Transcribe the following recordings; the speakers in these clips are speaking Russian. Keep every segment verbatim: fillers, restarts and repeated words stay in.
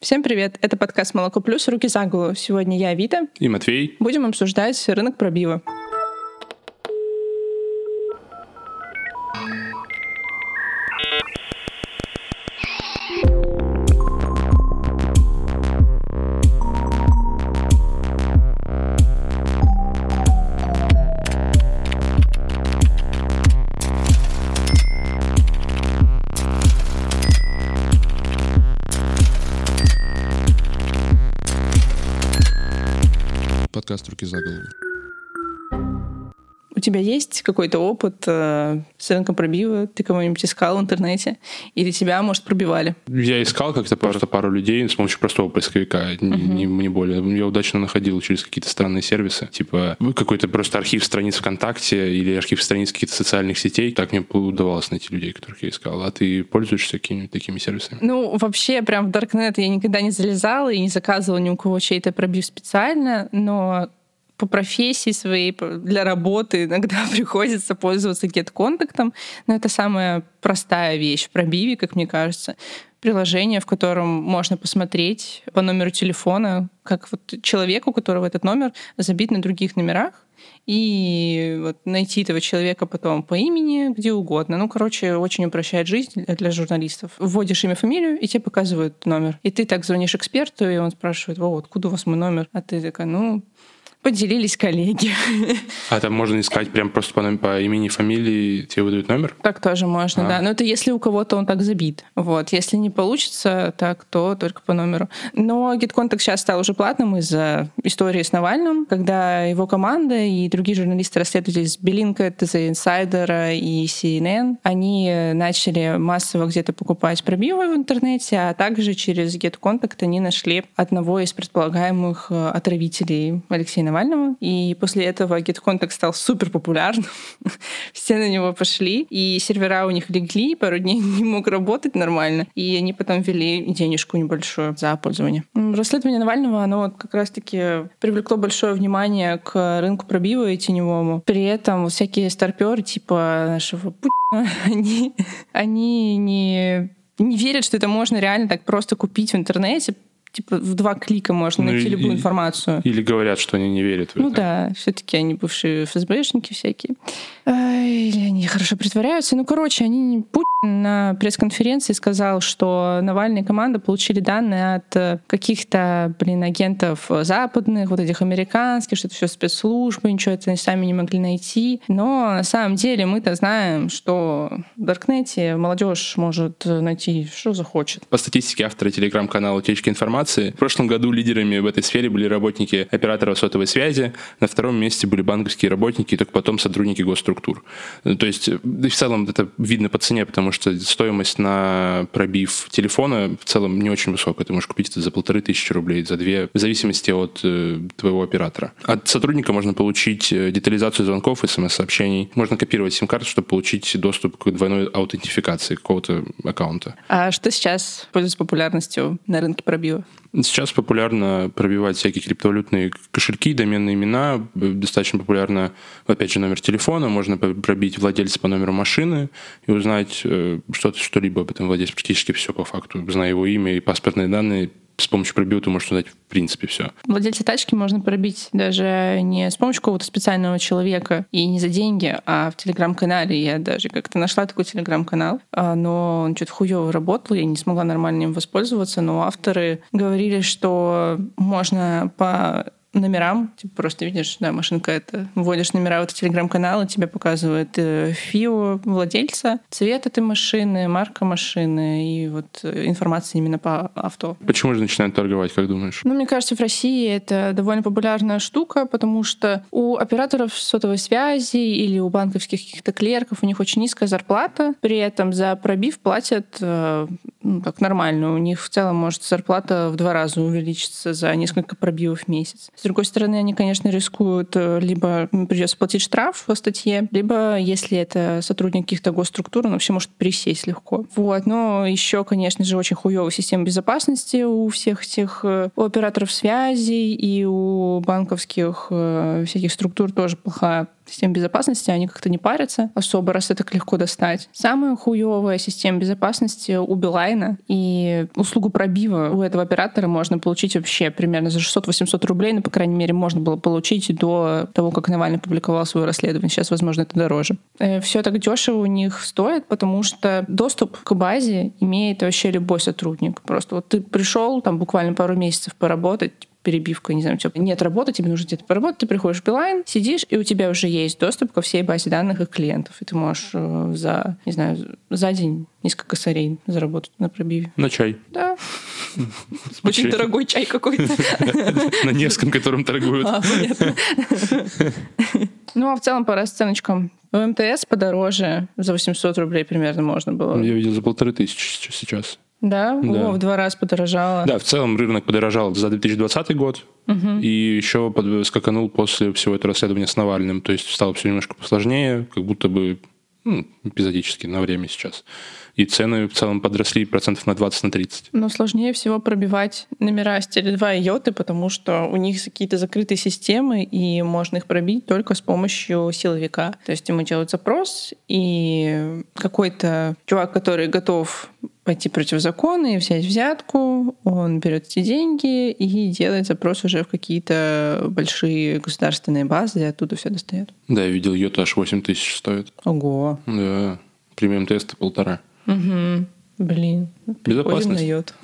Всем привет! Это подкаст «Молоко плюс. Руки за голову». Сегодня я, Вита. И Матвей. Будем обсуждать рынок пробива. Подкаст «Руки за голову». У тебя есть какой-то опыт э, с рынком пробива? Ты кого-нибудь искал в интернете? Или тебя, может, пробивали? Я искал как-то просто пару людей с помощью простого поисковика, uh-huh. не, не более. Я удачно находил через какие-то странные сервисы, типа какой-то просто архив страниц ВКонтакте или архив страниц каких-то социальных сетей. Так мне удавалось найти людей, которых я искал. А ты пользуешься какими-нибудь такими сервисами? Ну, вообще, прям в Даркнет я никогда не залезала и не заказывала ни у кого чей-то пробив специально, но по профессии своей, для работы иногда приходится пользоваться GetContact, но это самая простая вещь в пробиве, как мне кажется. Приложение, в котором можно посмотреть по номеру телефона, как вот человек, у которого этот номер забит на других номерах, и вот найти этого человека потом по имени, где угодно. Ну, короче, очень упрощает жизнь для журналистов. Вводишь имя, фамилию, и тебе показывают номер. И ты так звонишь эксперту, и он спрашивает: «О, откуда у вас мой номер?» А ты такая: ну... Поделились коллеги. А там можно искать прям просто по, по имени и фамилии, тебе выдают номер? Так тоже можно, а. да. Но это если у кого-то он так забит. Вот. Если не получится так, то только по номеру. Но GetContact сейчас стал уже платным из-за истории с Навальным, когда его команда и другие журналисты-расследователи с Bellingcat, The Insider и си эн эн, они начали массово где-то покупать пробивы в интернете, а также через GetContact они нашли одного из предполагаемых отравителей Алексея Навального. Навального, и после этого GetContact стал супер популярным. Все на него пошли, и сервера у них легли, пару дней не мог работать нормально, и они потом ввели денежку небольшую за пользование. Расследование Навального, оно как раз-таки привлекло большое внимание к рынку пробива и теневому. При этом всякие старпёры типа нашего Путина, они, они не, не верят, что это можно реально так просто купить в интернете. Типа в два клика можно ну найти и, любую информацию. Или говорят, что они не верят в ну это. Ну да, все-таки они бывшие эф эс бэшники всякие. Или они хорошо притворяются. Ну, короче, они... Путин на пресс-конференции сказал, что Навальный и команда получили данные от каких-то, блин, агентов западных, вот этих американских, что это все спецслужбы, ничего это они сами не могли найти. Но на самом деле мы-то знаем, что в Даркнете молодежь может найти, что захочет. По статистике автора телеграм-канала «Утечки информации», в прошлом году лидерами в этой сфере были работники операторов сотовой связи, на втором месте были банковские работники, и только потом сотрудники госструктур. То есть в целом это видно по цене, потому что стоимость на пробив телефона в целом не очень высокая. Ты можешь купить это за полторы тысячи рублей, за две, в зависимости от э, твоего оператора. От сотрудника можно получить детализацию звонков, смс-сообщений. Можно копировать сим-карту, чтобы получить доступ к двойной аутентификации какого-то аккаунта. А что сейчас пользуется популярностью на рынке пробива? Сейчас популярно пробивать всякие криптовалютные кошельки, доменные имена. Достаточно популярно, опять же, номер телефона. Можно пробить владельца по номеру машины и узнать что-то, что-либо об этом владельце. Практически все по факту. Зная его имя и паспортные данные, с помощью пробива ты можешь узнать в принципе все. Владельца тачки можно пробить даже не с помощью какого-то специального человека и не за деньги, а в телеграм-канале. Я даже как-то нашла такой телеграм-канал, но он что-то хуёво работал, я не смогла нормально им воспользоваться, но авторы говорили, что можно по номерам, типа просто видишь, да, машинка это, вводишь номера в этот телеграм-канал, и тебе показывает э, ФИО владельца, цвет этой машины, марка машины и вот информация именно по авто. Почему же начинают торговать, как думаешь? Ну, мне кажется, в России это довольно популярная штука, потому что у операторов сотовой связи или у банковских каких-то клерков у них очень низкая зарплата, при этом за пробив платят э, ну, так нормально. У них в целом может зарплата в два раза увеличиться за несколько пробивов в месяц. С другой стороны, они, конечно, рискуют, либо придется платить штраф по статье, либо, если это сотрудник каких-то госструктур, он вообще может присесть легко. Вот. Но еще, конечно же, очень хуёвая система безопасности у всех этих, у операторов связи и у банковских всяких структур тоже плохая. система безопасности, они как-то не парятся особо, раз это так легко достать. Самая хуёвая система безопасности у Билайна, и услугу пробива у этого оператора можно получить вообще примерно за шестьсот-восемьсот рублей, но, по крайней мере, можно было получить до того, как Навальный публиковал свое расследование. Сейчас, возможно, это дороже. Все так дешево у них стоит, потому что доступ к базе имеет вообще любой сотрудник. Просто вот ты пришел там буквально пару месяцев поработать, перебивка, не знаю, типа, нет работы, тебе нужно где-то поработать, ты приходишь в Билайн, сидишь, и у тебя уже есть доступ ко всей базе данных их клиентов. И ты можешь э, за, не знаю, за день несколько косарей заработать на пробиве. На чай. Да. Очень дорогой чай какой-то. На Невском, которым торгуют. А, понятно. Ну, а в целом по расценочкам. В МТС подороже, за восемьсот рублей примерно можно было. Я видел за полторы тысячи сейчас. Да? Да. О, в два раза подорожало. Да, в целом рынок подорожал за две тысячи двадцатый год, угу. И еще под, скаканул после всего этого расследования с Навальным. То есть стало все немножко посложнее, как будто бы ну, эпизодически на время сейчас. И цены в целом подросли процентов на двадцать тридцать. Но сложнее всего пробивать номера с Теле два и Йоты, потому что у них какие-то закрытые системы, и можно их пробить только с помощью силовика. То есть ему делают запрос, и какой-то чувак, который готов пойти против закона и взять взятку, он берет эти деньги и делает запрос уже в какие-то большие государственные базы, и оттуда все достает. Да, я видел, Йота аж восемь тысяч стоит. Ого. Да, премиум теста полтора. Угу. Блин. Безопасность. На Йоту.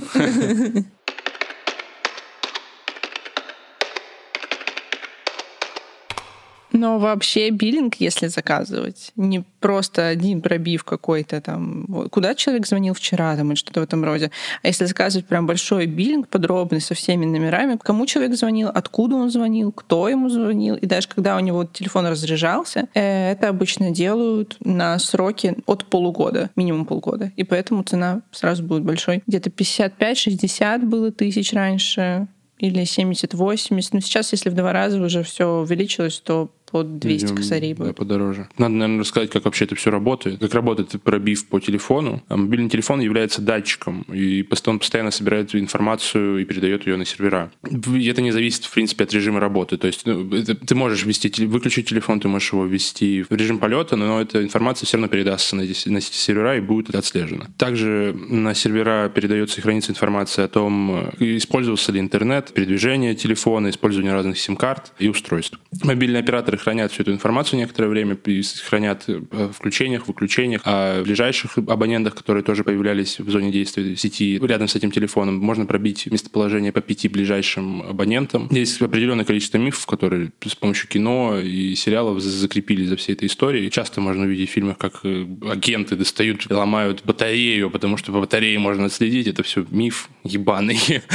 Но вообще биллинг, если заказывать, не просто один пробив какой-то там, куда человек звонил вчера там, или что-то в этом роде, а если заказывать прям большой биллинг, подробный, со всеми номерами, кому человек звонил, откуда он звонил, кто ему звонил, и даже когда у него телефон разряжался, это обычно делают на сроки от полугода, минимум полгода, и поэтому цена сразу будет большой. Где-то пятьдесят пять шестьдесят было тысяч раньше, или семьдесят-восемьдесят. Но сейчас, если в два раза уже все увеличилось, то под двести Видимо, косарей будет. Да, подороже. Надо, наверное, рассказать, как вообще это все работает. Как работает пробив по телефону. А мобильный телефон является датчиком, и он постоянно собирает информацию и передает ее на сервера. И это не зависит, в принципе, от режима работы. То есть ну, это, ты можешь ввести, выключить телефон, ты можешь его ввести в режим полета, но эта информация все равно передастся на эти, на эти сервера и будет отслежена. Также на сервера передается и хранится информация о том, использовался ли интернет, передвижение телефона, использование разных сим-карт и устройств. Мобильные операторы хранят всю эту информацию некоторое время, хранят о включениях, выключениях, о ближайших абонентах, которые тоже появлялись в зоне действия сети рядом с этим телефоном. Можно пробить местоположение по пяти ближайшим абонентам. Есть определенное количество мифов, которые с помощью кино и сериалов закрепили за всей этой историей. Часто можно увидеть в фильмах, как агенты достают, ломают батарею, потому что по батарее можно отследить. Это все миф ебаный,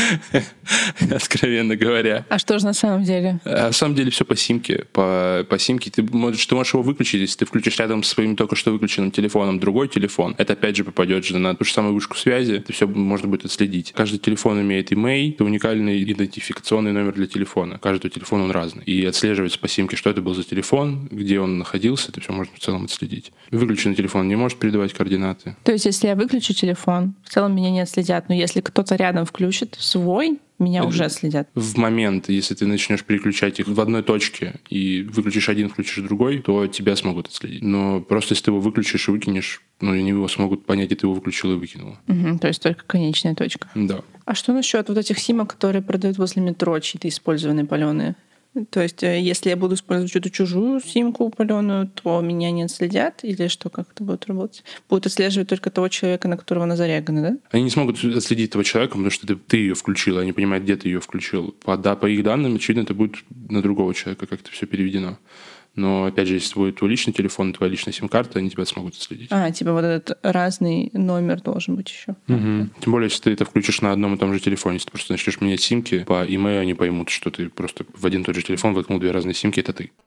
откровенно говоря. А что же на самом деле? А на самом деле все по симке, по по симке, ты можешь, ты можешь его выключить, если ты включишь рядом с своим только что выключенным телефоном другой телефон, это опять же попадет же на ту же самую вышку связи, это все можно будет отследить. Каждый телефон имеет имей, это уникальный идентификационный номер для телефона. Каждый телефон он разный. И отслеживается по симке, что это был за телефон, где он находился, это все можно в целом отследить. Выключенный телефон не может передавать координаты. То есть, если я выключу телефон, в целом меня не отследят, но если кто-то рядом включит свой, меня уже следят. В момент, если ты начнешь переключать их в одной точке и выключишь один, включишь другой, то тебя смогут отследить. Но просто если ты его выключишь и выкинешь, ну, они его смогут понять, и ты его выключил и выкинул. Угу, то есть только конечная точка. Да. А что насчет вот этих симок, которые продают возле метро, чьи-то использованные паленые? То есть, если я буду использовать чью-то чужую симку паленую, то меня не отследят? Или что, как это будет работать? Будут отслеживать только того человека, на которого она зарегана, да? Они не смогут отследить этого человека, потому что ты, ты ее включил, они понимают, где ты ее включил. По, да, по их данным, очевидно, это будет на другого человека как-то все переведено. Но, опять же, если твой, твой личный телефон, твоя личная сим-карта, они тебя смогут отследить. А, типа вот этот разный номер должен быть еще. Угу. Тем более, если ты это включишь на одном и том же телефоне. Если ты просто начнешь менять симки, по имейлу они поймут, что ты просто в один и тот же телефон воткнул две разные симки, это ты.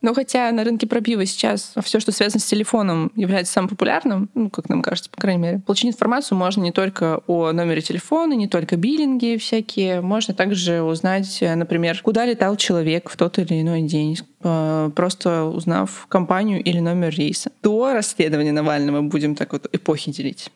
Но хотя на рынке пробива сейчас все, что связано с телефоном, является самым популярным, ну, как нам кажется, по крайней мере. Получить информацию можно не только о номере телефона, не только биллинги всякие. Можно также узнать, например, куда летал человек в тот или иной день, просто узнав компанию или номер рейса. До расследования Навального, будем так вот эпохи делить,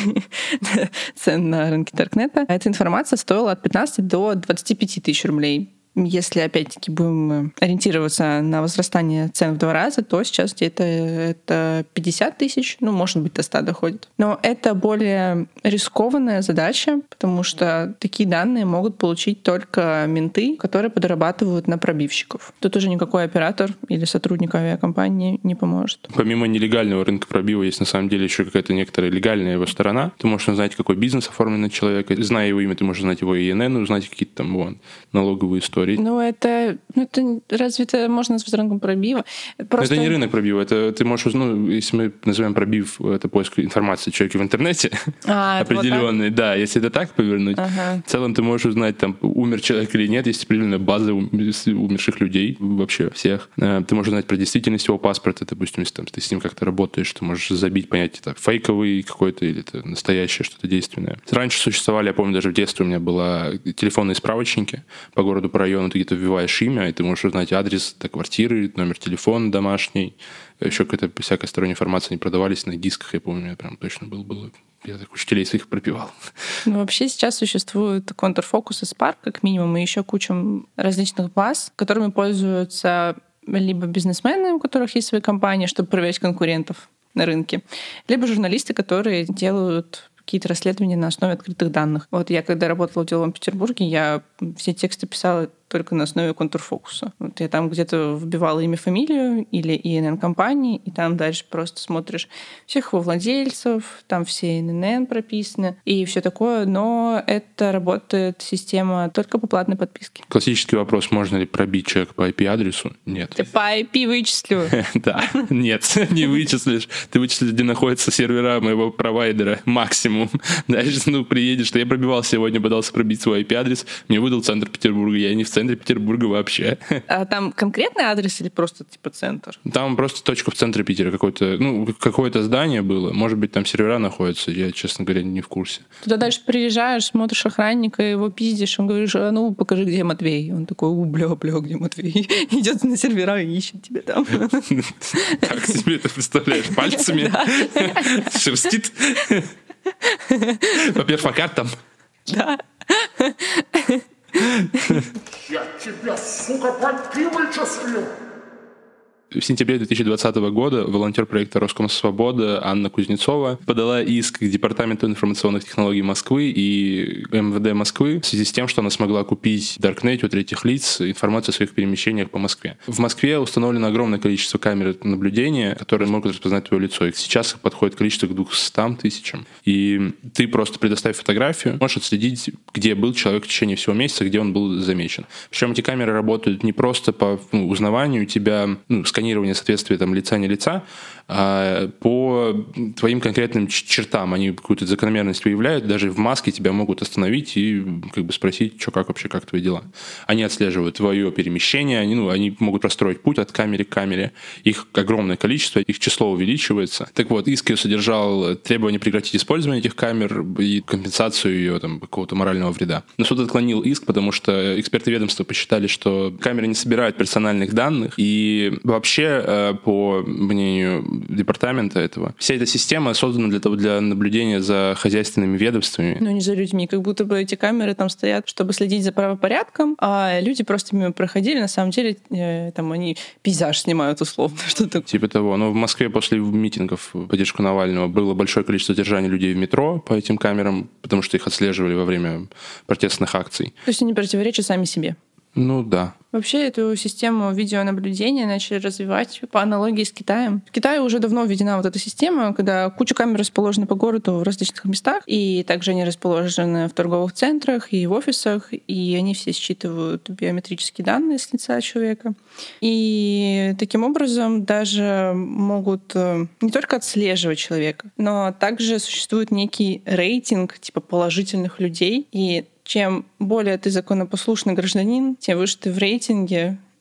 цен на рынке Даркнета, эта информация стоила от пятнадцати до двадцати пяти тысяч рублей. Если, опять-таки, будем ориентироваться на возрастание цен в два раза, то сейчас где-то это пятьдесят тысяч, ну, может быть, до ста доходит. Но это более рискованная задача, потому что такие данные могут получить только менты, которые подрабатывают на пробивщиков. Тут уже никакой оператор или сотрудник авиакомпании не поможет. Помимо нелегального рынка пробива есть на самом деле еще какая-то некоторая легальная его сторона. Ты можешь узнать, какой бизнес оформлен на человека. Зная его имя, ты можешь узнать его И Эн Эн, узнать какие-то там вон, налоговые истории. Ну, это, ну, это разве это можно назвать рынком пробива? Просто... Это не рынок пробива, это ты можешь, ну, если мы называем пробив, это поиск информации человека в интернете, а, определенный, вот да, если это так повернуть, ага. В целом ты можешь узнать, там, умер человек или нет, есть определенная база умерших людей, вообще всех. Ты можешь узнать про действительность его паспорта, допустим, если там, ты с ним как-то работаешь, ты можешь забить, понять, это фейковый какой-то или это настоящее, что-то действенное. Раньше существовали, я помню, даже в детстве у меня было телефонные справочники по городу, по району, ты где-то вбиваешь имя, и ты можешь узнать адрес до квартиры, номер телефона домашний, еще какая-то всякая сторонняя информация, они продавались на дисках, я помню, я прям точно был, было. Я так учителей своих пропивал. Ну, вообще сейчас существует контрфокус и Spark, как минимум, и еще куча различных баз, которыми пользуются либо бизнесмены, у которых есть свои компании, чтобы проверять конкурентов на рынке, либо журналисты, которые делают какие-то расследования на основе открытых данных. Вот я, когда работала в деловом Петербурге, я все тексты писала только на основе контрфокуса. Вот я там где-то вбивала имя, фамилию или И Эн Эн компании, и там дальше просто смотришь всех его владельцев, там все И Эн Эн прописаны и все такое, но это работает система только по платной подписке. Классический вопрос, можно ли пробить человека по ай пи-адресу? Нет. Ты по ай пи вычислю. Да, нет, не вычислишь. Ты вычислишь, где находятся сервера моего провайдера максимум. Дальше, ну, приедешь, что я пробивал сегодня, пытался пробить свой ай пи-адрес, мне выдал центр Петербурга, я не в центре Петербурга вообще. А там конкретный адрес или просто типа центр? Там просто точка в центре Питера, какое-то, ну, какое-то здание было, может быть, там сервера находятся, я, честно говоря, не в курсе. Туда дальше приезжаешь, смотришь охранника, его пиздишь, он говорит, а ну, покажи, где Матвей. Он такой, у, бля, бля, где Матвей? Идет на сервера и ищет тебя там. Как ты себе это представляешь? Пальцами? Шерстит? По перфокартам? Да. Я тебя, сука, пойти вычислю! В сентябре две тысячи двадцатого года волонтер проекта «Роскомсвобода» Анна Кузнецова подала иск к Департаменту информационных технологий Москвы и эм вэ дэ Москвы в связи с тем, что она смогла купить в Даркнете у третьих лиц информацию о своих перемещениях по Москве. В Москве установлено огромное количество камер наблюдения, которые могут распознать твое лицо. И сейчас их подходит количество к двухстам тысячам. И ты просто предоставь фотографию, можешь отследить, где был человек в течение всего месяца, где он был замечен. Причем эти камеры работают не просто по ну, узнаванию тебя, ну, сканирование соответствия там, лица не лица, а по твоим конкретным чертам. Они какую-то закономерность выявляют, даже в маске тебя могут остановить и как бы спросить, что как вообще, как твои дела. Они отслеживают твое перемещение, они, ну, они могут простроить путь от камеры к камере. Их огромное количество, их число увеличивается. Так вот, иск содержал требование прекратить использование этих камер и компенсацию ее там, какого-то морального вреда. Но суд отклонил иск, потому что эксперты ведомства посчитали, что камеры не собирают персональных данных, и вообще, по мнению департамента этого, вся эта система создана для того, для наблюдения за хозяйственными ведомствами. Ну, не за людьми. Как будто бы эти камеры там стоят, чтобы следить за правопорядком, а люди просто мимо проходили. На самом деле, э, там они пейзаж снимают условно. Что-то. Типа того. Но в Москве после митингов в поддержку Навального было большое количество задержаний людей в метро по этим камерам, потому что их отслеживали во время протестных акций. То есть они противоречат сами себе. Ну да. Вообще эту систему видеонаблюдения начали развивать по аналогии с Китаем. В Китае уже давно введена вот эта система, когда куча камер расположены по городу в различных местах, и также они расположены в торговых центрах и в офисах, и они все считывают биометрические данные с лица человека. И таким образом даже могут не только отслеживать человека, но также существует некий рейтинг типа положительных людей, и чем более ты законопослушный гражданин, тем выше ты в рейтинге,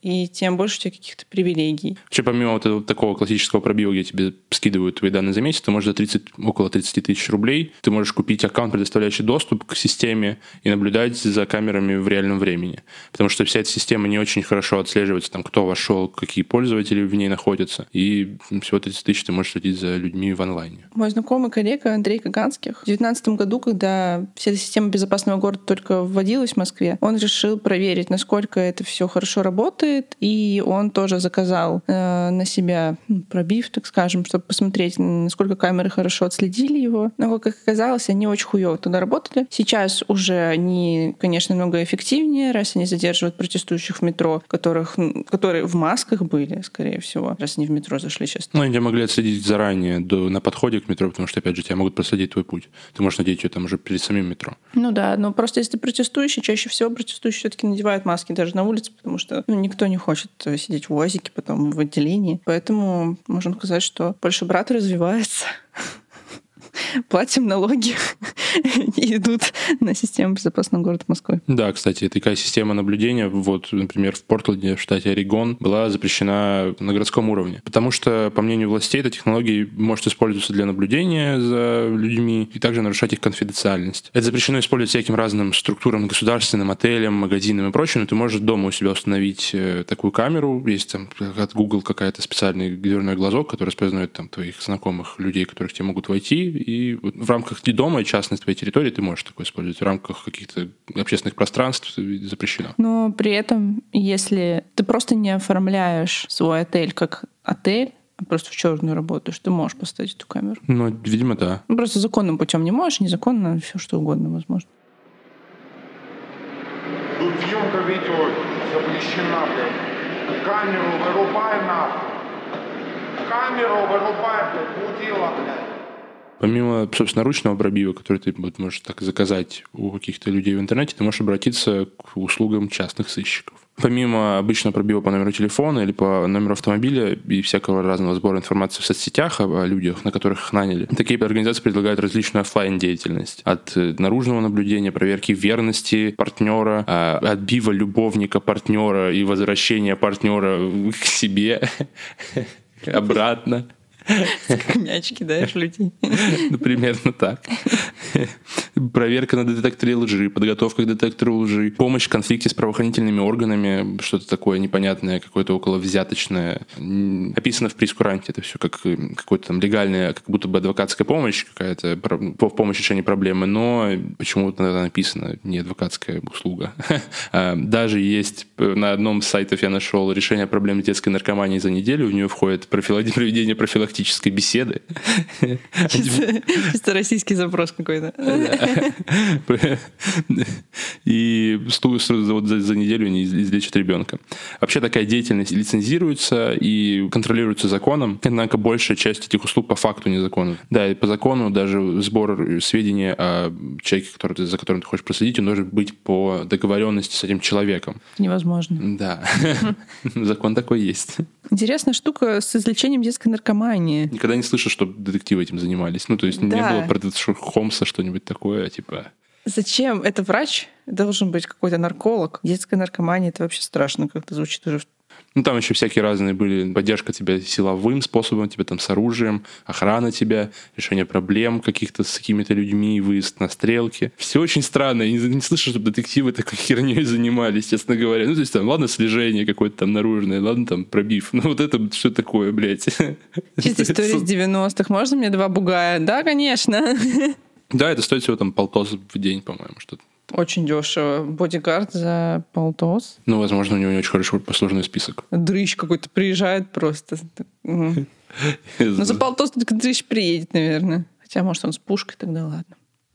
и тем больше у тебя каких-то привилегий. Вообще, помимо вот этого, такого классического пробива, где тебе скидывают твои данные за месяц, ты можешь за тридцать, около тридцать тысяч рублей, ты можешь купить аккаунт, предоставляющий доступ к системе, и наблюдать за камерами в реальном времени. Потому что вся эта система не очень хорошо отслеживается, там, кто вошел, какие пользователи в ней находятся, и всего тридцать тысяч ты можешь следить за людьми в онлайне. Мой знакомый коллега Андрей Каганских в две тысячи девятнадцатом году, когда вся эта система безопасного города только вводилась в Москве, он решил проверить, насколько это все хорошо работает, и он тоже заказал э, на себя ну, пробив, так скажем, чтобы посмотреть, насколько камеры хорошо отследили его. Но, как оказалось, они очень хуёво туда работали. Сейчас уже они, конечно, намного эффективнее, раз они задерживают протестующих в метро, которых, которые в масках были, скорее всего, раз они в метро зашли сейчас. Ну, они тебя могли отследить заранее до, на подходе к метро, потому что, опять же, тебя могут проследить твой путь. Ты можешь надеть ее там уже перед самим метро. Ну да, но просто если ты протестующий, чаще всего протестующие все-таки надевают маски даже на улице, потому что ну, никто не хочет сидеть в УАЗике, потом в отделении. Поэтому можем сказать, что Польша брат развивается. Платим налоги и идут на систему безопасного города Москвы. Да, кстати, такая система наблюдения, вот, например, в Портленде, в штате Орегон, была запрещена на городском уровне. Потому что, по мнению властей, эта технология может использоваться для наблюдения за людьми и также нарушать их конфиденциальность. Это запрещено использовать всяким разным структурам, государственным, отелям, магазинам и прочим, но ты можешь дома у себя установить такую камеру. Есть там от Google какая-то специальный дверной глазок, который распознает там твоих знакомых людей, которые к тебе могут войти. И в рамках не дома, частной твоей территории ты можешь такое использовать. В рамках каких-то общественных пространств запрещено. Но при этом, если ты просто не оформляешь свой отель как отель, а просто в черную работаешь, ты можешь поставить эту камеру. Ну, видимо, да. Ну, просто законным путем не можешь, незаконно все что угодно возможно. Тут съемка видео запрещена, блядь. Камеру вырубай нахуй. Камеру вырубай, блядь, мудила, блядь. Помимо, собственно, ручного пробива, который ты вот, можешь так заказать у каких-то людей в интернете, ты можешь обратиться к услугам частных сыщиков. Помимо обычного пробива по номеру телефона или по номеру автомобиля и всякого разного сбора информации в соцсетях о, о людях, на которых их наняли, такие организации предлагают различную офлайн-деятельность. От наружного наблюдения, проверки верности партнера, отбива любовника партнера и возвращения партнера к себе обратно. Как мяч кидаешь людей. Ну, примерно так. Проверка на детекторе лжи, подготовка к детектору лжи, помощь в конфликте с правоохранительными органами, что-то такое непонятное, какое-то околовзяточное. Описано в прейскуранте. Это все как какая-то там легальная, как будто бы адвокатская помощь какая-то, помощь в решении проблемы, но почему-то написано не адвокатская услуга. Даже есть на одном из сайтов я нашел решение проблемы детской наркомании за неделю. В нее входит проведение профилактики беседы. Чисто, чисто российский запрос какой-то. И вот за, за неделю не излечат ребенка. Вообще такая деятельность лицензируется и контролируется законом, однако большая часть этих услуг по факту незаконна. Да, и по закону даже сбор сведений о человеке, который, за которым ты хочешь проследить, он должен быть по договоренности с этим человеком. Невозможно. Да. Закон такой есть. Интересная штука с излечением детской наркомании. Никогда не слышал, чтобы детективы этим занимались. Ну, то есть да. Не было про Холмса что-нибудь такое, типа... Зачем? Это врач? Должен быть какой-то нарколог. Детская наркомания — это вообще страшно, как-то звучит уже. Ну, там еще всякие разные были. Поддержка тебя силовым способом, тебя там с оружием, охрана тебя, решение проблем каких-то с какими-то людьми, выезд на стрелки. Все очень странно. Я не, не слышу, чтобы детективы такой херней занимались, честно говоря. Ну, то есть там, ладно, слежение какое-то там наружное, ладно, там пробив. Ну, вот это что такое, блядь? Чисто история с девяностых. Можно мне два бугая? Да, конечно. Да, это стоит всего там полтос в день, по-моему, что-то. Очень дешево. Бодигард за полтос. Ну, возможно, у него не очень хорошо послужный список. Дрыщ какой-то приезжает просто. Ну, за полтос только дрыщ приедет, наверное. Хотя, может, он с пушкой, тогда ладно.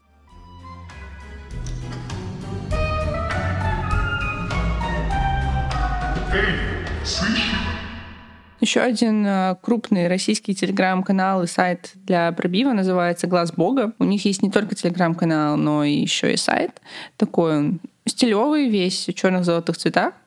Эй, сыщик! Еще один крупный российский телеграм-канал и сайт для пробива называется «Глаз Бога». У них есть не только телеграм-канал, но и еще и сайт. Такой он стилевый, весь в черных золотых цветах.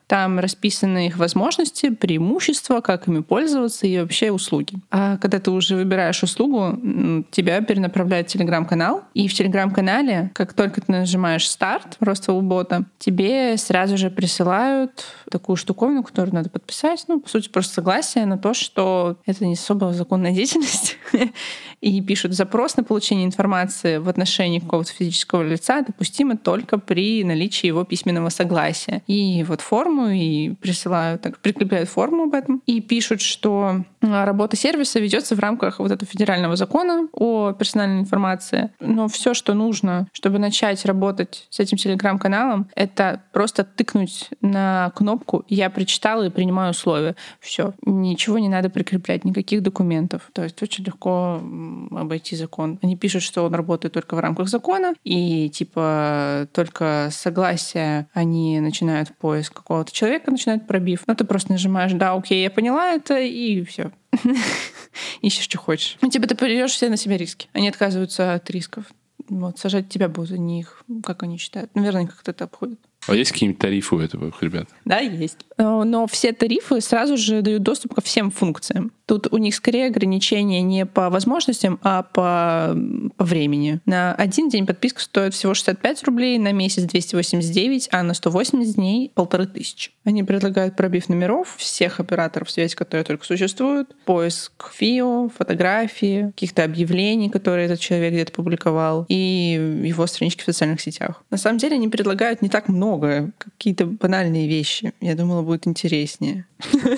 Там расписаны их возможности, преимущества, как ими пользоваться и вообще услуги. А когда ты уже выбираешь услугу, тебя перенаправляют в Телеграм-канал. И в Телеграм-канале, как только ты нажимаешь «Старт», рост твоего бота, тебе сразу же присылают такую штуковину, которую надо подписать. Ну, по сути, просто согласие на то, что это не особо законная деятельность. И пишут: запрос на получение информации в отношении какого-то физического лица допустимо только при наличии его письменного согласия. И вот форму, и присылают, так, прикрепляют форму об этом, и пишут, что работа сервиса ведется в рамках вот этого федерального закона о персональной информации. Но все, что нужно, чтобы начать работать с этим телеграм-каналом, это просто тыкнуть на кнопку «Я прочитала и принимаю условия». Все. Ничего не надо прикреплять, никаких документов. То есть очень легко обойти закон. Они пишут, что он работает только в рамках закона, и типа только согласие они начинают поиск какого-то человека, начинают пробив. Ну, ты просто нажимаешь «Да, окей, я поняла это», и все. Ищешь, что хочешь. Ну, типа ты берешь все на себя риски. Они отказываются от рисков. Вот, сажать тебя будут, а не их, как они считают. Наверное, как-то это обходит. А есть какие-нибудь тарифы у этого, ребят? Да, есть. Но все тарифы сразу же дают доступ ко всем функциям. Тут у них скорее ограничения не по возможностям, а по, по времени. На один день подписка стоит всего шестьдесят пять рублей, на месяц двести восемьдесят девять, а на сто восемьдесят дней полторы тысячи. Они предлагают пробив номеров всех операторов связи, которые только существуют, поиск фио, фотографии, каких-то объявлений, которые этот человек где-то публиковал, и его странички в социальных сетях. На самом деле они предлагают не так много, какие-то банальные вещи. Я думала, будет интереснее.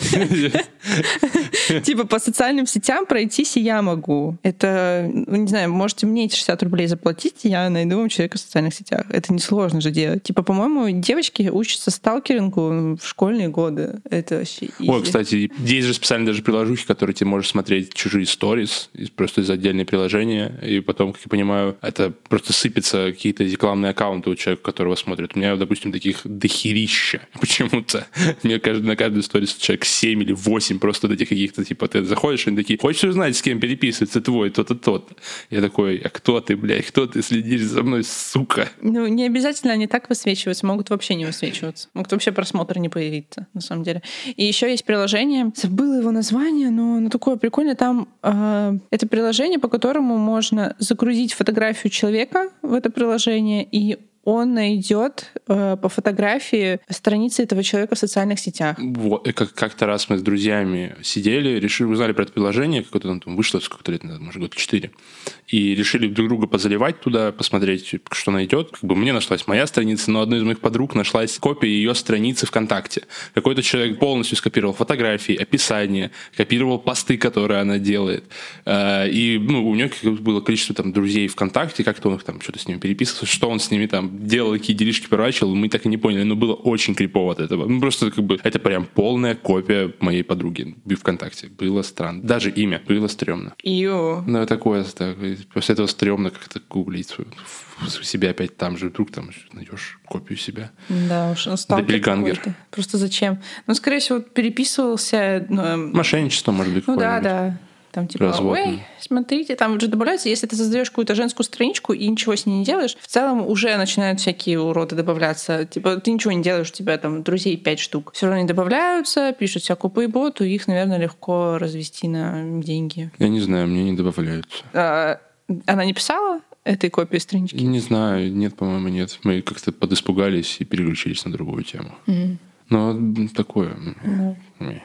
Типа по социальным сетям пройтись и я могу. Это, не знаю, можете мне эти шестьдесят рублей заплатить, и я найду вам человека в социальных сетях. Это несложно же делать. Типа, по-моему, девочки учатся сталкерингу в школьные годы. Это вообще easy. Ой, кстати, есть же специально даже приложухи, которые ты можешь смотреть чужие сторис просто из отдельные приложения, и потом, как я понимаю, это просто сыпятся какие-то рекламные аккаунты у человека, которого смотрит. У меня, допустим, таких дохерища почему-то. Мне кажется, на каждую сторис человек семь или восемь просто до этих каких-то, типа, ты заходишь, и они такие: хочешь узнать, с кем переписывается твой, тот и тот? Я такой: а кто ты, блядь, кто ты следишь за мной, сука? Ну, не обязательно они так высвечиваются, могут вообще не высвечиваться. Могут вообще просмотр не появиться, на самом деле. И еще есть приложение, забыла его название, но оно такое прикольное. Там э, это приложение, по которому можно загрузить фотографию человека в это приложение, и он найдет э, по фотографии страницы этого человека в социальных сетях. Вот, и как- как-то раз мы с друзьями сидели, решили, узнали про это приложение, какое-то там, там вышло сколько-то лет назад, может, год четыре, и решили друг друга позаливать туда, посмотреть, что найдет. Как бы мне нашлась моя страница, но одной из моих подруг нашлась копия ее страницы ВКонтакте. Какой-то человек полностью скопировал фотографии, описание, копировал посты, которые она делает. Э, И ну, у нее было количество там друзей ВКонтакте, как-то он их там что-то с ними переписывался, что он с ними там делал, какие делишки проворачивал, мы так и не поняли, но было очень крипово от этого. Ну, просто как бы это прям полная копия моей подруги ВКонтакте. Было странно. Даже имя было стрёмно. Ио. Ну, такое, так, после этого стрёмно как-то гуглить свою, себя опять там же, вдруг там найдешь копию себя. Да уж, он стал Доппельгангер. Просто зачем? Ну, скорее всего, переписывался. Ну, эм, Мошенничество, может быть, ну да, какое-нибудь. да. Там типа, Развод, ой, да. смотрите, там уже добавляются, если ты создаешь какую-то женскую страничку и ничего с ней не делаешь, в целом уже начинают всякие уроды добавляться. Типа, ты ничего не делаешь, у тебя там друзей пять штук. Все равно они добавляются, пишут всякую поеботу, их, наверное, легко развести на деньги. Я не знаю, мне не добавляются. А, она не писала этой копии странички? Не знаю, нет, по-моему, нет. Мы как-то подиспугались и переключились на другую тему. Мгм. Но м, такое... м, Да. м,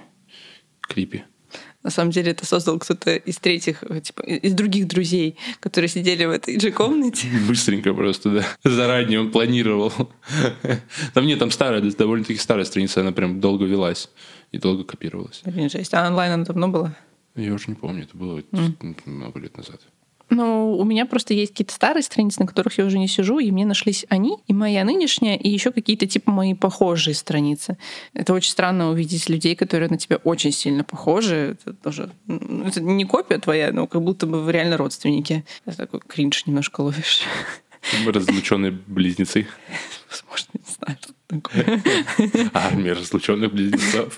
крипи. На самом деле это создал кто-то из третьих, э, типа, из других друзей, которые сидели в этой же комнате. Быстренько просто, да. Заранее он планировал. Там нет, там старая, довольно-таки старая страница, она прям долго велась и долго копировалась. Блин, жесть. А онлайн она давно была? Я уже не помню, это было М. много лет назад. Ну, у меня просто есть какие-то старые страницы, на которых я уже не сижу, и мне нашлись они, и моя нынешняя, и еще какие-то типа мои похожие страницы. Это очень странно увидеть людей, которые на тебя очень сильно похожи. Это тоже ну, это не копия твоя, но как будто бы вы реально родственники. Это такой кринж немножко ловишь. Разлученные близнецы. Возможно, не знаю, что такое. Армия разлученных близнецов.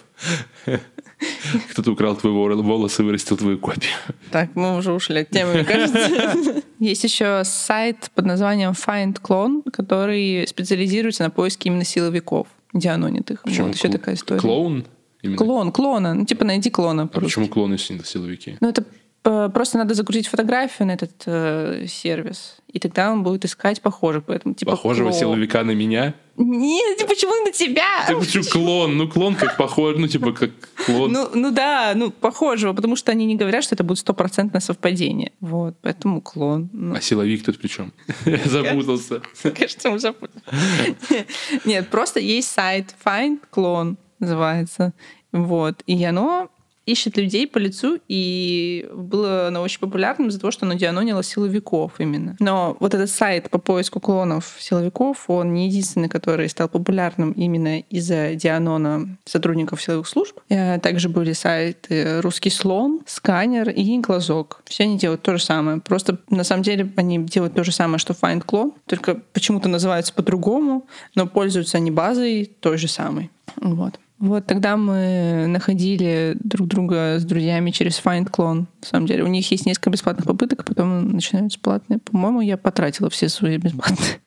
Кто-то украл твои волосы и вырастил твою копию. Так, мы уже ушли от темы, мне кажется. Есть еще сайт под названием Find Clone, который специализируется на поиске именно силовиков. дианонит их. Почему? Вот еще Кл- такая история. Клоун? Именно? Клон, клона. Ну, типа, найди клона. А почему клоны, если это силовики? Ну, это э, просто надо загрузить фотографию на этот э, сервис, и тогда он будет искать похожих. Поэтому, типа, Похожего клон. силовика на меня? Нет, типа, почему на тебя? Ты почему клон? Ну, клон как похож, ну, типа, как клон. Ну, ну да, ну, похожего, потому что они не говорят, что это будет стопроцентное совпадение. Вот, поэтому клон. Ну. А силовик тут при чем? Я запутался. Кажется, мы запутались. Нет, просто есть сайт Find Clone называется. Вот. И оно ищет людей по лицу, и было оно очень популярным из-за того, что оно дианонило силовиков именно. Но вот этот сайт по поиску клонов силовиков, он не единственный, который стал популярным именно из-за дианона сотрудников силовых служб. Также были сайты «Русский слон», «Сканер» и «Глазок». Все они делают то же самое. Просто на самом деле они делают то же самое, что Find Clone, только почему-то называются по-другому, но пользуются они базой той же самой. Вот. Вот тогда мы находили друг друга с друзьями через Find Clone. На самом деле у них есть несколько бесплатных попыток, а потом начинаются платные. По-моему, я потратила все свои бесплатные.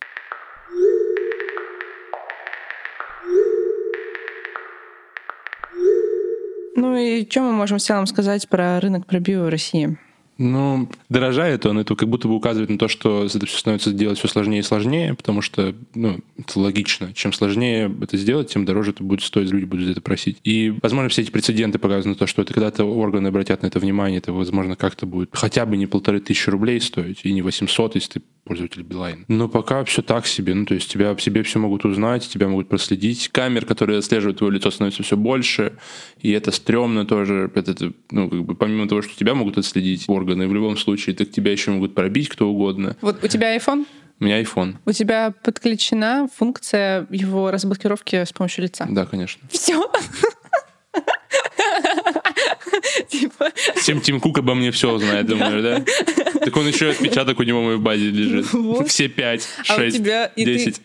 Ну и что мы можем в целом сказать про рынок пробива в России? Ну, дорожает он, это как будто бы указывает на то, что это все становится делать все сложнее и сложнее, потому что, ну, это логично. Чем сложнее это сделать, тем дороже это будет стоить, люди будут это просить. И, возможно, все эти прецеденты показывают на то, что это когда-то органы обратят на это внимание, это, возможно, как-то будет хотя бы не полторы тысячи рублей стоить, и не восемьсот, если ты пользователь Билайн. Но пока все так себе. Ну, то есть тебя об себе все могут узнать, тебя могут проследить. Камер, которые отслеживают твое лицо, становится все больше, и это стрёмно тоже. Это, ну, как бы, помимо того, что тебя могут отследить органы, в любом случае, так тебя еще могут пробить кто угодно. Вот у тебя iPhone? У меня iPhone. У тебя подключена функция его разблокировки с помощью лица? Да, конечно. Все. Типа... Всем Тим Кук обо мне все знает, думаю, да? Так он еще отпечаток у него в моей базе лежит. Все пять, шесть, десять.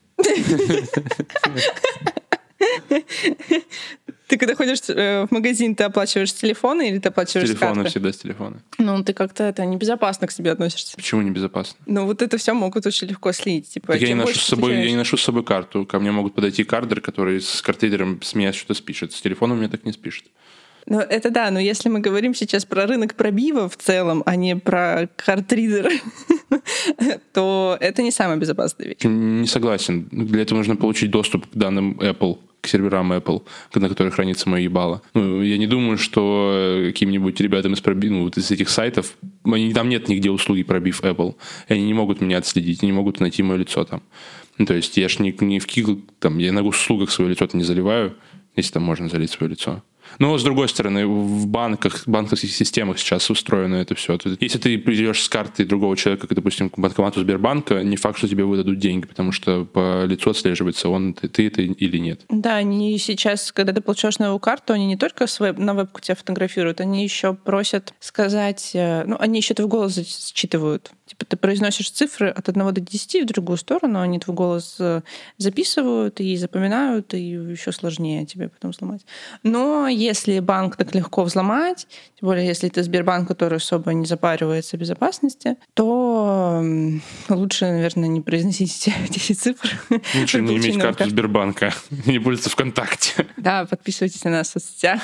Ты когда ходишь в магазин, ты оплачиваешь с телефона или ты оплачиваешь с карты? С телефона, всегда с телефона. Ну, ты как-то это небезопасно к себе относишься. Почему небезопасно? Ну, вот это все могут очень легко слить. Типа, так я, не ношу с собой, я не ношу с собой карту. Ко мне могут подойти кардер, который с картридером с меня что-то спишет. С телефоном мне так не спишет. Ну, это да, но если мы говорим сейчас про рынок пробива в целом, а не про картридер, то это не самая безопасная вещь. Не согласен. Для этого нужно получить доступ к данным Apple, к серверам Apple, на которых хранится мое ебало. Ну, я не думаю, что каким-нибудь ребятам из пробив, ну, вот из этих сайтов, они, там нет нигде услуги пробив Apple, и они не могут меня отследить, не могут найти мое лицо там. Ну, то есть я ж не, не в Кигл, там, я на госуслугах свое лицо-то не заливаю, если там можно залить свое лицо. Но, с другой стороны, в банках, банковских системах сейчас устроено это все. Если ты придешь с карты другого человека, как, допустим, к банкомату Сбербанка, не факт, что тебе выдадут деньги, потому что по лицу отслеживается, он ты, ты это или нет. Да, они сейчас, когда ты получаешь новую карту, они не только с веб, на вебку тебя фотографируют, они еще просят сказать, ну, они еще твой голос считывают. Типа ты произносишь цифры от одного до десяти в другую сторону, они твой голос записывают и запоминают, и еще сложнее тебе потом сломать. Но если банк так легко взломать, тем более если это Сбербанк, который особо не запаривается в безопасности, то лучше, наверное, не произносить эти цифры. Лучше не иметь карту карт. Сбербанка, не пользоваться ВКонтакте. Да, подписывайтесь на нас в соцсетях.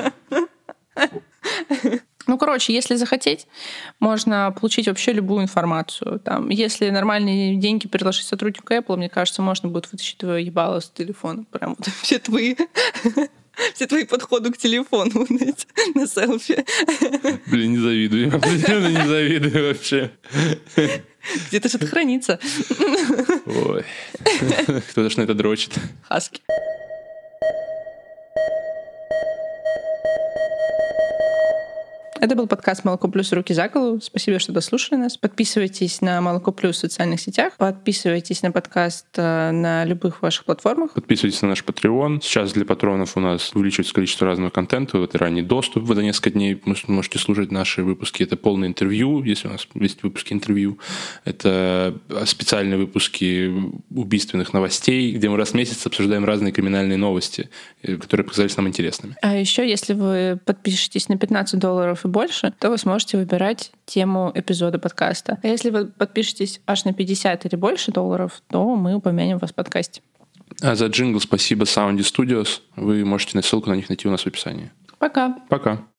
Ну, короче, если захотеть, можно получить вообще любую информацию. Там, если нормальные деньги предложить сотруднику Apple, мне кажется, можно будет вытащить твое ебало с телефона. Прям вот все твои... Все твои подходы к телефону на селфи. Блин, не завидую. Определенно не завидую вообще. Где-то что-то хранится. Ой. Кто-то ж на это дрочит. Хаски. Это был подкаст «Молоко плюс. Руки за голову». Спасибо, что дослушали нас. Подписывайтесь на «Молоко плюс» в социальных сетях. Подписывайтесь на подкаст на любых ваших платформах. Подписывайтесь на наш Patreon. Сейчас для патронов у нас увеличивается количество разного контента. Это ранний доступ. Вы за несколько дней можете слушать наши выпуски. Это полное интервью, если у нас есть выпуски интервью. Это специальные выпуски убийственных новостей, где мы раз в месяц обсуждаем разные криминальные новости, которые показались нам интересными. А еще, если вы подпишетесь на пятнадцать долларов и больше, то вы сможете выбирать тему эпизода подкаста. А если вы подпишетесь аж на пятьдесят или больше долларов, то мы упомянем вас в подкасте. А за джингл спасибо Soundy Studios. Вы можете ссылку на них найти у нас в описании. Пока. Пока.